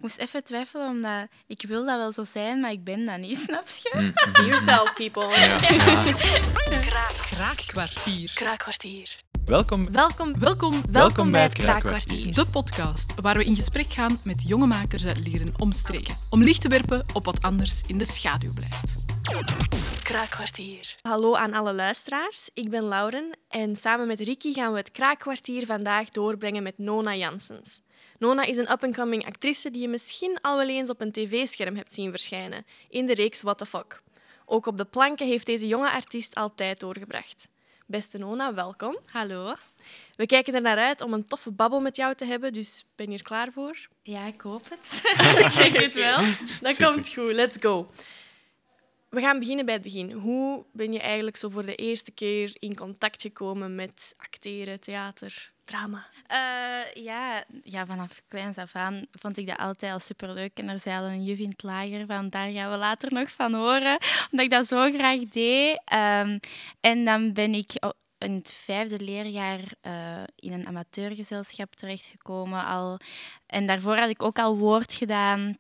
moest even twijfelen, omdat ik wil dat wel zo zijn, maar ik ben dat niet, snap je? Be yourself, people. Ja. Kraakkwartier. Welkom Welkom bij het Kraakkwartier. De podcast waar we in gesprek gaan met jonge makers uit Lieren omstreken. Om licht te werpen op wat anders in de schaduw blijft. Kraakkwartier. Hallo aan alle luisteraars, ik ben Lauren en samen met Ricky gaan we het Kraakkwartier vandaag doorbrengen met Nona Janssens. Nona is een up-and-coming actrice die je misschien al wel eens op een tv-scherm hebt zien verschijnen, in de reeks What the Fuck. Ook op de planken heeft deze jonge artiest al tijd doorgebracht. Beste Nona, welkom. Hallo. We kijken er naar uit om een toffe babbel met jou te hebben, dus ben je er klaar voor? Ja, ik hoop het. Ik denk het wel. Dat Super. komt goed, let's go. We gaan beginnen bij het begin. Hoe ben je eigenlijk zo voor de eerste keer in contact gekomen met acteren, theater, drama? Ja, vanaf kleins af aan vond ik dat altijd al superleuk. En er zei al een juf in het lager van, daar gaan we later nog van horen. Omdat ik dat zo graag deed. En dan ben ik in het 5e leerjaar in een amateurgezelschap terechtgekomen al. En daarvoor had ik ook al woord gedaan.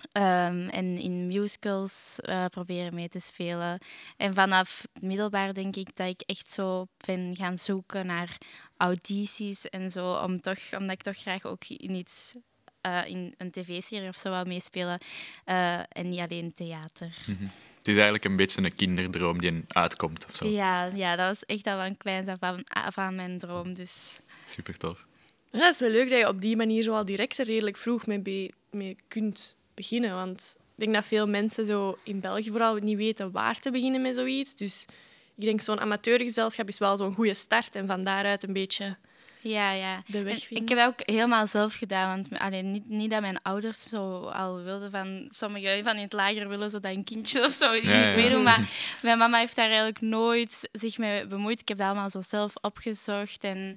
En in musicals proberen mee te spelen. En vanaf het middelbaar denk ik dat ik echt zo ben gaan zoeken naar audities en zo. Omdat ik toch graag ook in iets, in een tv-serie of zo wou meespelen. En niet alleen theater. Het is eigenlijk een beetje een kinderdroom die uitkomt of zo. Ja, dat was echt al van kleins af aan mijn droom. Dus. Super tof. Ja, het is wel leuk dat je op die manier zo al direct er redelijk vroeg mee kunt beginnen. Want ik denk dat veel mensen zo in België vooral niet weten waar te beginnen met zoiets. Dus ik denk zo'n amateurgezelschap is wel zo'n goede start. En van daaruit een beetje Ja. de weg En vinden. ik heb dat ook helemaal zelf gedaan. Want niet dat mijn ouders zo al wilden van... Sommigen van in het lager willen zo dat een kindje of zo niet meedoen. Maar mijn mama heeft daar eigenlijk nooit zich mee bemoeid. Ik heb dat allemaal zo zelf opgezocht. En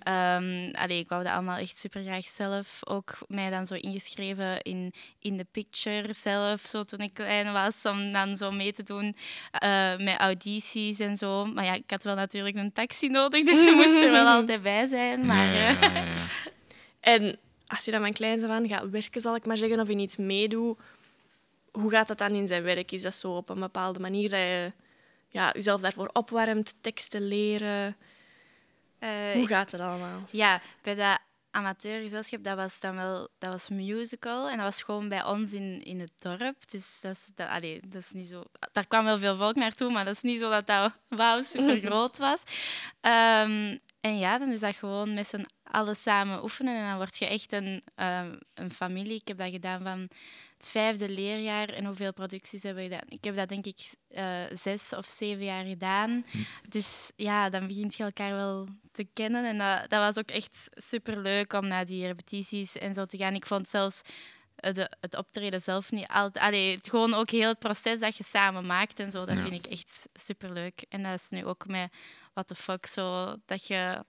ik wou dat allemaal echt super graag zelf. Ook mij dan zo ingeschreven in de picture zelf, zo toen ik klein was. Om dan zo mee te doen met audities en zo. Maar ja, ik had wel natuurlijk een taxi nodig. Dus je moest er wel altijd bij zijn. Maar, Ja. En als je dan van kleins af aan gaat werken, zal ik maar zeggen, of in iets meedoet, hoe gaat dat dan in zijn werk? Is dat zo op een bepaalde manier dat je jezelf daarvoor opwarmt, teksten leren? Hoe gaat het allemaal? Ja, bij dat amateurgezelschap, dat was musical. En dat was gewoon bij ons in het dorp. Dus dat is niet zo... Daar kwam wel veel volk naartoe, maar dat is niet zo dat wauw, super groot was. En ja, dan is dat gewoon met z'n allen samen oefenen. En dan word je echt een familie. Ik heb dat gedaan van het 5e leerjaar. En hoeveel producties hebben we gedaan? Ik heb dat denk ik 6 of 7 jaar gedaan. Dus ja, dan begint je elkaar wel te kennen. En dat was ook echt superleuk om naar die repetities en zo te gaan. Ik vond zelfs het optreden zelf niet altijd... gewoon ook heel het proces dat je samen maakt en zo, dat vind ik echt superleuk. En dat is nu ook met What the Fuck zo, dat je...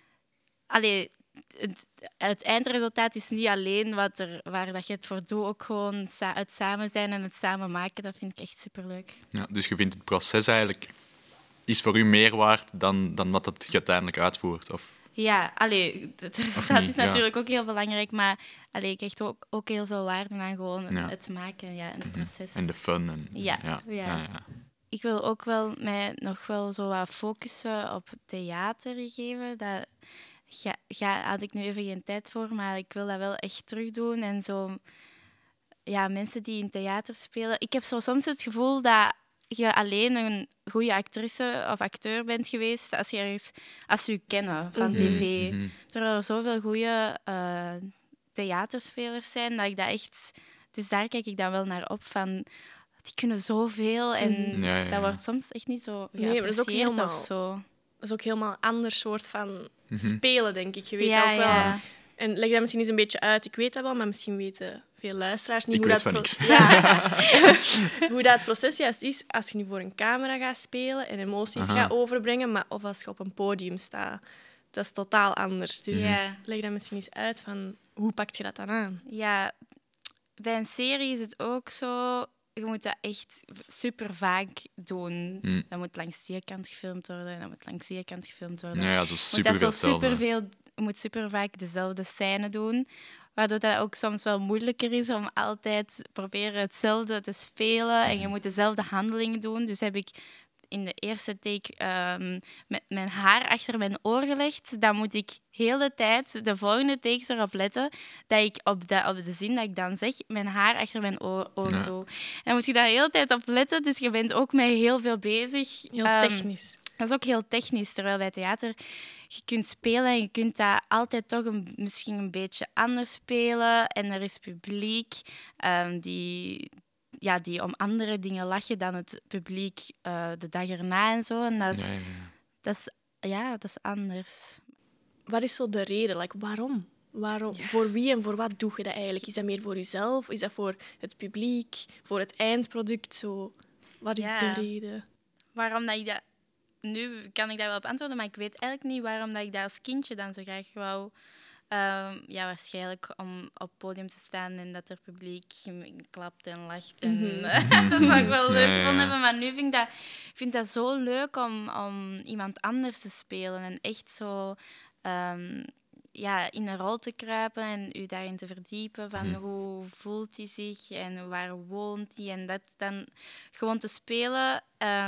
Het eindresultaat is niet alleen waar dat je het voor doet, ook gewoon het samen zijn en het samen maken, dat vind ik echt superleuk. Ja, dus je vindt het proces eigenlijk is voor u meer waard dan wat het je uiteindelijk uitvoert? Of? Ja, het resultaat niet, is natuurlijk ook heel belangrijk, maar ik krijg ook heel veel waarde aan gewoon het maken en het proces. En de fun. En, Ja. Ik wil ook wel mij nog wel zo wat focussen op theater geven. Dat had ik nu even geen tijd voor, maar ik wil dat wel echt terugdoen. En zo, ja, mensen die in theater spelen. Ik heb zo soms het gevoel dat je alleen een goede actrice of acteur bent geweest als ze je kennen van tv. Terwijl er zoveel goede theaterspelers zijn, dat ik dat echt... Dus daar kijk ik dan wel naar op van... Die kunnen zoveel en dat wordt soms echt niet zo Nee, maar dat is ook geapprecieerd helemaal... of zo. Dat is ook helemaal een ander soort van spelen, denk ik. Je weet Ja, ook wel... ja. En leg dat misschien eens een beetje uit. Ik weet dat wel, maar misschien weten veel luisteraars niet Ik hoe weet dat van niks. hoe dat proces juist is als je nu voor een camera gaat spelen en emoties gaat overbrengen, maar of als je op een podium staat. Dat is totaal anders. Dus leg dat misschien eens uit van hoe pak je dat dan aan? Ja, bij een serie is het ook zo... Je moet dat echt super vaak doen. Dat moet langs die kant gefilmd worden en dat moet langs die kant gefilmd worden. Ja, zo Je super veel hetzelfde. moet super vaak dezelfde scène doen. waardoor dat ook soms wel moeilijker is om altijd proberen hetzelfde te spelen en je moet dezelfde handeling doen. Dus heb ik in de eerste take met mijn haar achter mijn oor gelegd. Dan moet ik heel de tijd, de volgende takes erop letten, dat ik op de zin dat ik dan zeg, mijn haar achter mijn oor doe. En dan moet je daar de hele tijd op letten. Dus je bent ook met heel veel bezig. Heel technisch. Dat is ook heel technisch, terwijl bij theater je kunt spelen en je kunt dat altijd toch misschien een beetje anders spelen. En er is publiek die om andere dingen lachen dan het publiek de dag erna en zo. En dat is anders. Wat is zo de reden? Waarom? Voor wie en voor wat doe je dat eigenlijk? Is dat meer voor jezelf? Is dat voor het publiek? Voor het eindproduct? Zo, wat is de reden? Waarom dat ik dat... Nu kan ik daar wel op antwoorden, maar ik weet eigenlijk niet waarom dat ik dat als kindje dan zo graag wou. Waarschijnlijk om op het podium te staan en dat er publiek klapt en lacht. En, dat zou ik wel leuk gevonden hebben. Maar nu vind ik dat zo leuk om iemand anders te spelen. En echt zo in een rol te kruipen en u daarin te verdiepen. Van hoe voelt hij zich en waar woont hij. En dat dan gewoon te spelen,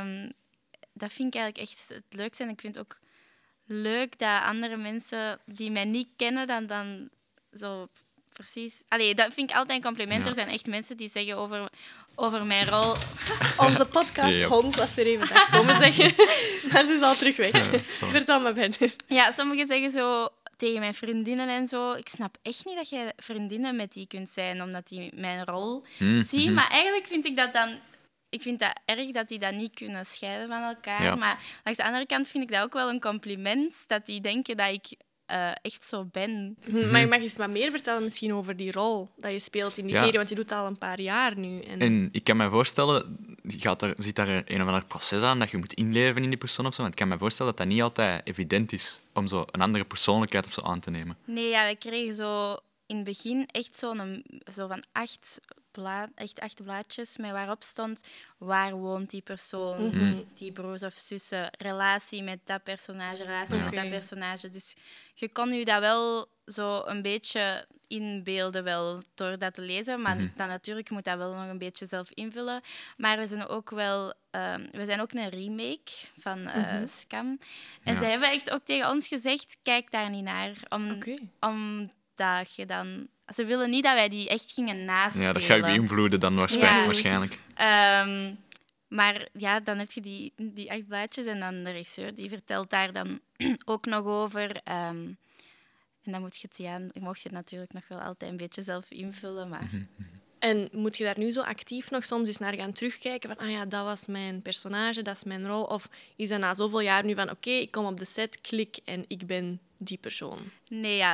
dat vind ik eigenlijk echt het leukste. En ik vind ook leuk dat andere mensen die mij niet kennen, dan zo precies... Allee, dat vind ik altijd een compliment. Ja. Er zijn echt mensen die zeggen over mijn rol... Onze podcasthond was weer even daar komen zeggen. Maar ze is al terug weg. Vertel me verder. Ja, sommigen zeggen zo tegen mijn vriendinnen en zo... Ik snap echt niet dat jij vriendinnen met die kunt zijn, omdat die mijn rol zien. Maar eigenlijk vind ik dat dan... Ik vind dat erg dat die dat niet kunnen scheiden van elkaar. Ja. Maar langs de andere kant vind ik dat ook wel een compliment, dat die denken dat ik echt zo ben. Maar je mag eens wat meer vertellen misschien over die rol dat je speelt in die serie, want je doet het al een paar jaar nu. En ik kan me voorstellen, zit daar een of ander proces aan dat je moet inleven in die persoon of zo? Want ik kan me voorstellen dat dat niet altijd evident is om zo een andere persoonlijkheid of zo aan te nemen. Nee, ja, we kregen zo in het begin echt zo van 8 blaadjes met waarop stond waar woont die persoon, die broers of zussen, relatie met dat personage, met dat personage. Dus je kon je dat wel zo een beetje inbeelden wel door dat te lezen, maar dan natuurlijk moet dat wel nog een beetje zelf invullen. Maar we zijn ook een remake van Scam. En zij hebben echt ook tegen ons gezegd, kijk daar niet naar, omdat je dan... Ze willen niet dat wij die echt gingen naspelen. Ja, dat ga je beïnvloeden dan waarschijnlijk. Maar ja, dan heb je die 8 blaadjes en dan de regisseur die vertelt daar dan ook nog over. En dan mocht je het natuurlijk nog wel altijd een beetje zelf invullen. Maar... En moet je daar nu zo actief nog soms eens naar gaan terugkijken van, dat was mijn personage, dat is mijn rol? Of is dat na zoveel jaar nu van, ik kom op de set, klik en ik ben die persoon? Nee, ja,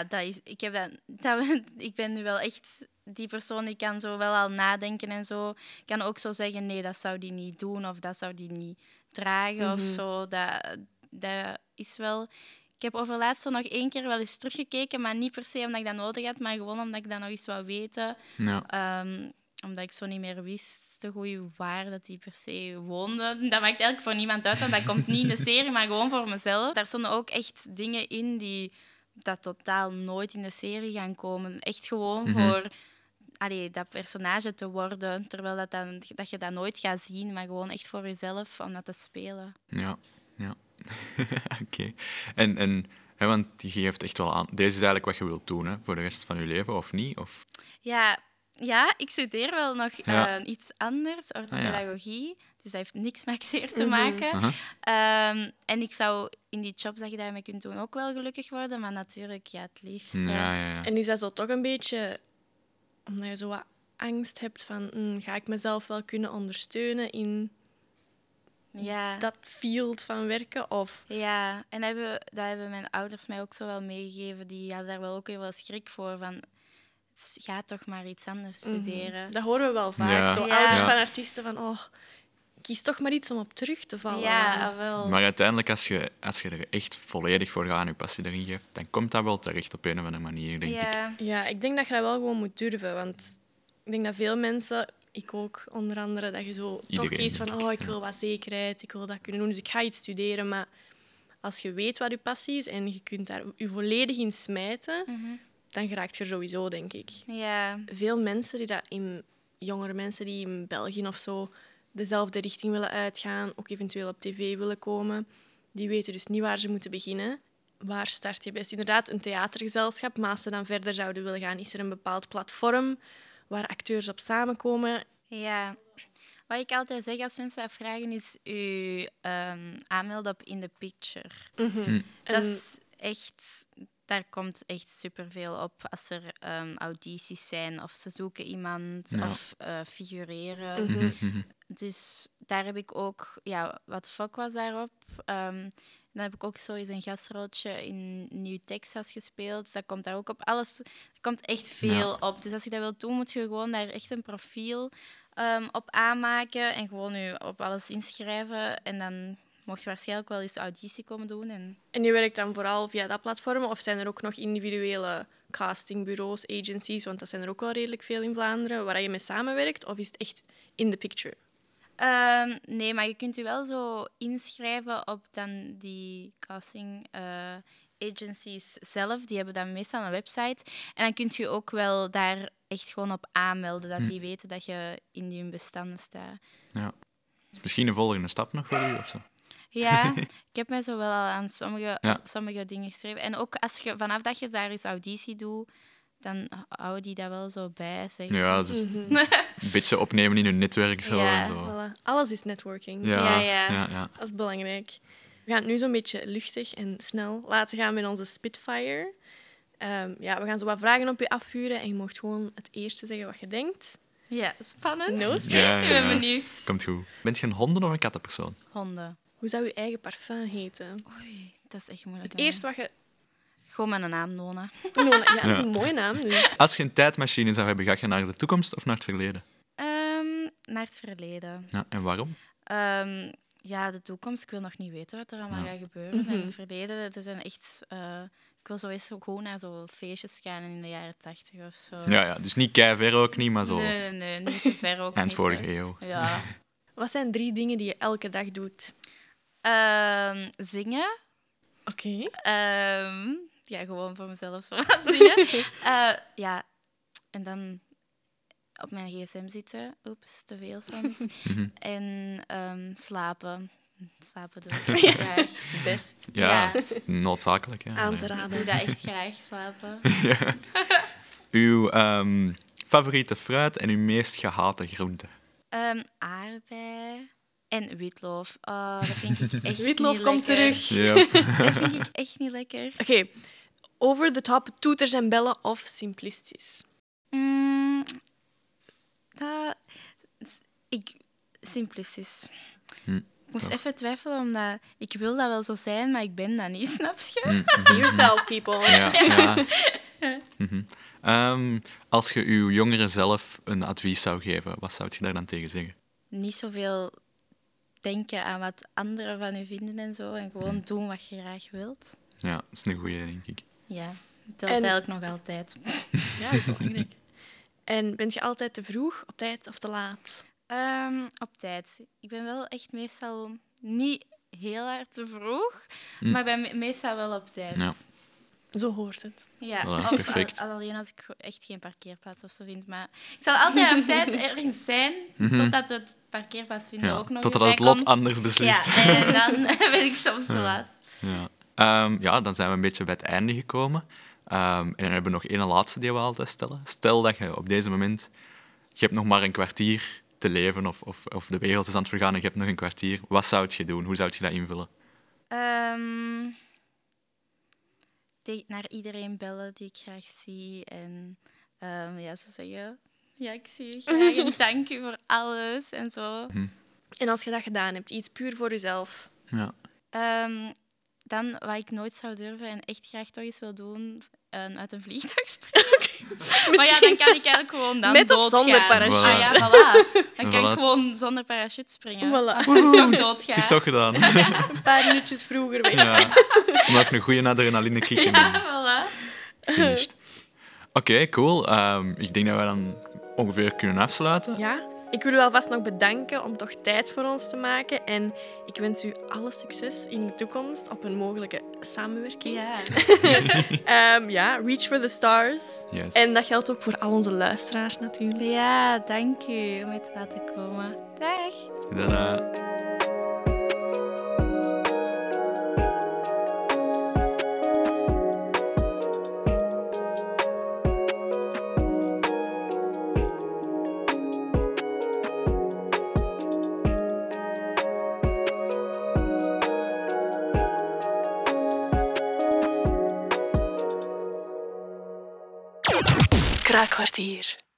ik ben nu wel echt die persoon die kan zo wel al nadenken en zo. Ik kan ook zo zeggen, nee, dat zou die niet doen of dat zou die niet dragen of zo. Dat is wel... Ik heb overlaatst zo nog 1 keer wel eens teruggekeken, maar niet per se omdat ik dat nodig had, maar gewoon omdat ik dat nog eens wou weten. Ja. Omdat ik zo niet meer wist te goed waar dat die per se woonde. Dat maakt eigenlijk voor niemand uit, want dat komt niet in de serie, maar gewoon voor mezelf. Daar stonden ook echt dingen in die dat totaal nooit in de serie gaan komen. Echt gewoon voor dat personage te worden, terwijl dat je dat nooit gaat zien, maar gewoon echt voor jezelf om dat te spelen. Ja. Oké. En want je geeft echt wel aan... Deze is eigenlijk wat je wilt doen voor de rest van je leven, of niet? Of... Ja, ik studeer wel nog iets anders, orthopedagogie. Dus dat heeft niks met acteer te maken. En ik zou in die job dat je daarmee kunt doen ook wel gelukkig worden, maar natuurlijk, het liefst. Ja. En is dat zo toch een beetje... Omdat je zo wat angst hebt van... ga ik mezelf wel kunnen ondersteunen in... dat field van werken? Of... Ja, en dat hebben mijn ouders mij ook zo wel meegegeven. Die hadden daar wel ook heel veel schrik voor. Van, ga toch maar iets anders studeren. Dat horen we wel vaak. Ja. Zo ouders van artiesten van... kies toch maar iets om op terug te vallen. Ja, wel. Maar uiteindelijk, als je er echt volledig voor gaat en je passie erin geeft, dan komt dat wel terecht op een of andere manier, denk ik. Ja, ik denk dat je dat wel gewoon moet durven. Want ik denk dat veel mensen... Ik ook, onder andere, dat je zo toch kiest van ik wil wat zekerheid, ik wil dat kunnen doen, dus ik ga iets studeren. Maar als je weet wat je passie is en je kunt daar je volledig in smijten, dan geraakt je er sowieso, denk ik. Ja. Veel mensen, jongere mensen die in België of zo dezelfde richting willen uitgaan, ook eventueel op tv willen komen, die weten dus niet waar ze moeten beginnen. Waar start je best? Inderdaad, een theatergezelschap. Maar als ze dan verder zouden willen gaan, is er een bepaald platform waar acteurs op samenkomen. Ja. Wat ik altijd zeg als mensen dat vragen, is u aanmelden op In The Picture. Dat is echt... Daar komt echt superveel op als er audities zijn of ze zoeken iemand of figureren. Dus daar heb ik ook... Ja, wat fuck was daarop? Dan heb ik ook zo eens een gastrolletje in New Texas gespeeld. Dat komt daar ook op. Alles, er komt echt veel op. Dus als je dat wilt doen, moet je gewoon daar echt een profiel op aanmaken en gewoon je op alles inschrijven. En dan mocht je waarschijnlijk wel eens auditie komen doen. En je werkt dan vooral via dat platform? Of zijn er ook nog individuele castingbureaus, agencies? Want dat zijn er ook wel redelijk veel in Vlaanderen, waar je mee samenwerkt? Of is het echt In The Picture? Nee, maar je kunt je wel zo inschrijven op dan die casting agencies zelf. Die hebben dan meestal een website. En dan kun je ook wel daar echt gewoon op aanmelden, dat die weten dat je in hun bestanden staat. Ja. Is misschien een volgende stap nog voor u of zo? Ja, ik heb mij zo wel al aan sommige dingen geschreven. En ook vanaf dat je daar eens auditie doet, dan houden die dat wel zo bij. Zeg. Ja, dus een beetje opnemen in hun netwerk. Zo, Ja. en zo. Voilà. Alles is networking. Ja. Dat is belangrijk. We gaan het nu zo'n beetje luchtig en snel laten gaan met onze Spitfire. We gaan zo wat vragen op je afvuren en je mag gewoon het eerste zeggen wat je denkt. Ja, spannend. No? Ja, Ik ben benieuwd. Komt goed. Bent je een honden- of een kattenpersoon? Honden. Hoe zou je eigen parfum heten? Oei, dat is echt moeilijk. Het eerste wat je... Gewoon met een naam, Nona. Nona, ja, dat is een mooie naam. Dus. Als je een tijdmachine zou hebben, ga je naar de toekomst of naar het verleden? Naar het verleden. Ja, en waarom? Ja, de toekomst. Ik wil nog niet weten wat er allemaal gaat gebeuren. En het verleden, er zijn echt... ik wil zo eens gewoon naar zo'n feestjes gaan in de jaren 80 of zo. Ja, dus niet keiver ook niet, maar zo Nee, niet te ver ook eind niet. vorige Zo. eeuw. Ja. Wat zijn 3 dingen die je elke dag doet? Zingen. Oké. Ja, gewoon voor mezelf zo zingen. Ja, en dan op mijn gsm zitten. Oeps, te veel soms. En slapen. Slapen doe ik echt graag. Best. Ja, Ja. het is noodzakelijk. Ja. Aan te Ik raden. doe dat echt graag, slapen. Uw favoriete fruit en uw meest gehate groente? Aardbei en witloof. Oh, dat vind ik echt Witlof niet komt lekker. terug. Yep. Dat vind ik echt niet lekker. Oké. Over the top, toeters en bellen of simplistisch? Simplistisch. Ik moest Toch. even twijfelen, omdat ik wil dat wel zo zijn, maar ik ben dat niet, snap je? Be yourself, people. Ja. Als je uw jongere zelf een advies zou geven, wat zou je daar dan tegen zeggen? Niet zoveel denken aan wat anderen van u vinden en zo, en gewoon doen wat je graag wilt. Ja, dat is een goeie, denk ik. Ja, dat telt En- eigenlijk nog altijd. Ja, dat is belangrijk. En ben je altijd te vroeg, op tijd of te laat? Op tijd. Ik ben wel echt meestal niet heel hard te vroeg, maar ben meestal wel op tijd. Ja. Zo hoort het. Ja, Voilà, of perfect. alleen als ik echt geen parkeerplaats of zo vind. Maar ik zal altijd op tijd ergens zijn, totdat het parkeerplaats vinden Ja, ook nog totdat erbij het lot komt. anders beslist. Ja, en dan ben ik soms te laat. Ja, dan zijn we een beetje bij het einde gekomen. En dan hebben we nog één laatste die we altijd stellen. Stel dat je op deze moment... Je hebt nog maar een kwartier te leven of de wereld is aan het vergaan en je hebt nog een kwartier. Wat zou je doen? Hoe zou je dat invullen? Naar iedereen bellen die ik graag zie. En ze zeggen... Ja, ik zie je graag en dank u voor alles en zo. En als je dat gedaan hebt, iets puur voor jezelf. Ja. Dan, wat ik nooit zou durven en echt graag toch eens wil doen, uit een vliegtuig springen. Maar ja, dan kan ik eigenlijk gewoon dan Met of doodgaan. zonder parachute? Ah ja, voilà. Dan kan Voilà. ik gewoon zonder parachute springen. Voilà. Als ik toch doodga. Het is toch gedaan. Een paar minuutjes vroeger weg. Ja. Het is nog een goede adrenaline kick in. Ja, voilà. Finished. Oké, cool. Ik denk dat we dan ongeveer kunnen afsluiten. Ja, Ik wil u alvast nog bedanken om toch tijd voor ons te maken. En ik wens u alle succes in de toekomst op een mogelijke samenwerking. Ja. Reach for the stars. Yes. En dat geldt ook voor al onze luisteraars natuurlijk. Ja, dank u om mee te laten komen. Dag. Tada. Kraakkwartier.